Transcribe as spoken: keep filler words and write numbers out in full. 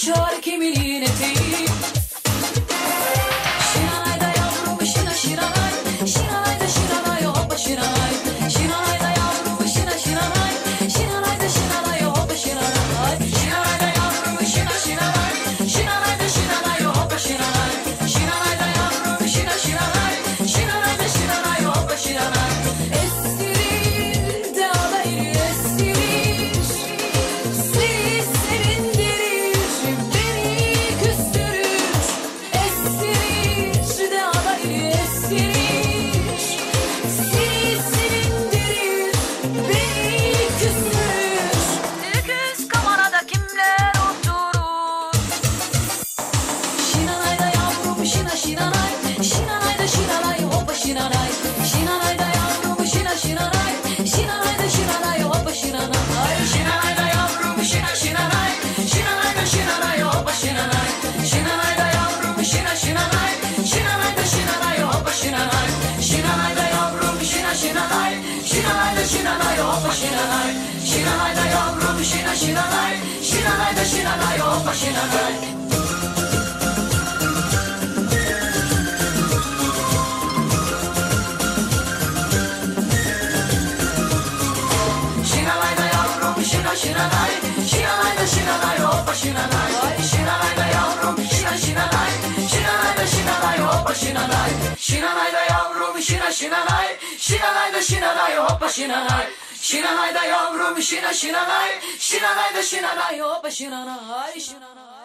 açar kiminin eteği. Şiranay da yavrum şina şiranay, şiranay da şiranay hoppa şiranay, şiranay da yavrum şina şiranay, şiranay da şiranay hoppa şiranay, şiranay da yavrum şina şiranay, şiranay da şiranay hoppa şiranay, şiranay da yavrum şina şiranay, şiranay da şiranay hoppa şiranay. Estirir de alayır estirir, siz sevindirir, beni küstürür. Estirir de alayır estirir, siz sevindirir, beni küstürür. Öküz kamerada kimler oturur? Şinanay da yavrum şina şinanay, şinanay da şinanay hoppa şinanay, şinanay da yavrum şina şinanay, şinanay da şinanay hoppa şinanay, şinanay da yavrum şina şinanay, şinanay da şinanay hoppa şinanay, şinanay da yavrum şina şinanay, şinanay da şinanay hoppa şinanay, şinanay da yavrum şina şinanay, şinanay da şinanay hoppa şinanay, şinanay da yavrum şina şinanay, şinanay da şinanay hoppa şinanay. Şinanay da yavrum şina şinanay, şinanay da şinanay hoppa şinanay, şinanay da yavrum şina şinanay, şinanay da şinanay hoppa şinanay, şinanay da yavrum şina şinanay, şinanay da şinanay hoppa şinanay, şinanay da yavrum şina şinanay, şinanay da şinanay hoppa şinanay, şinanay.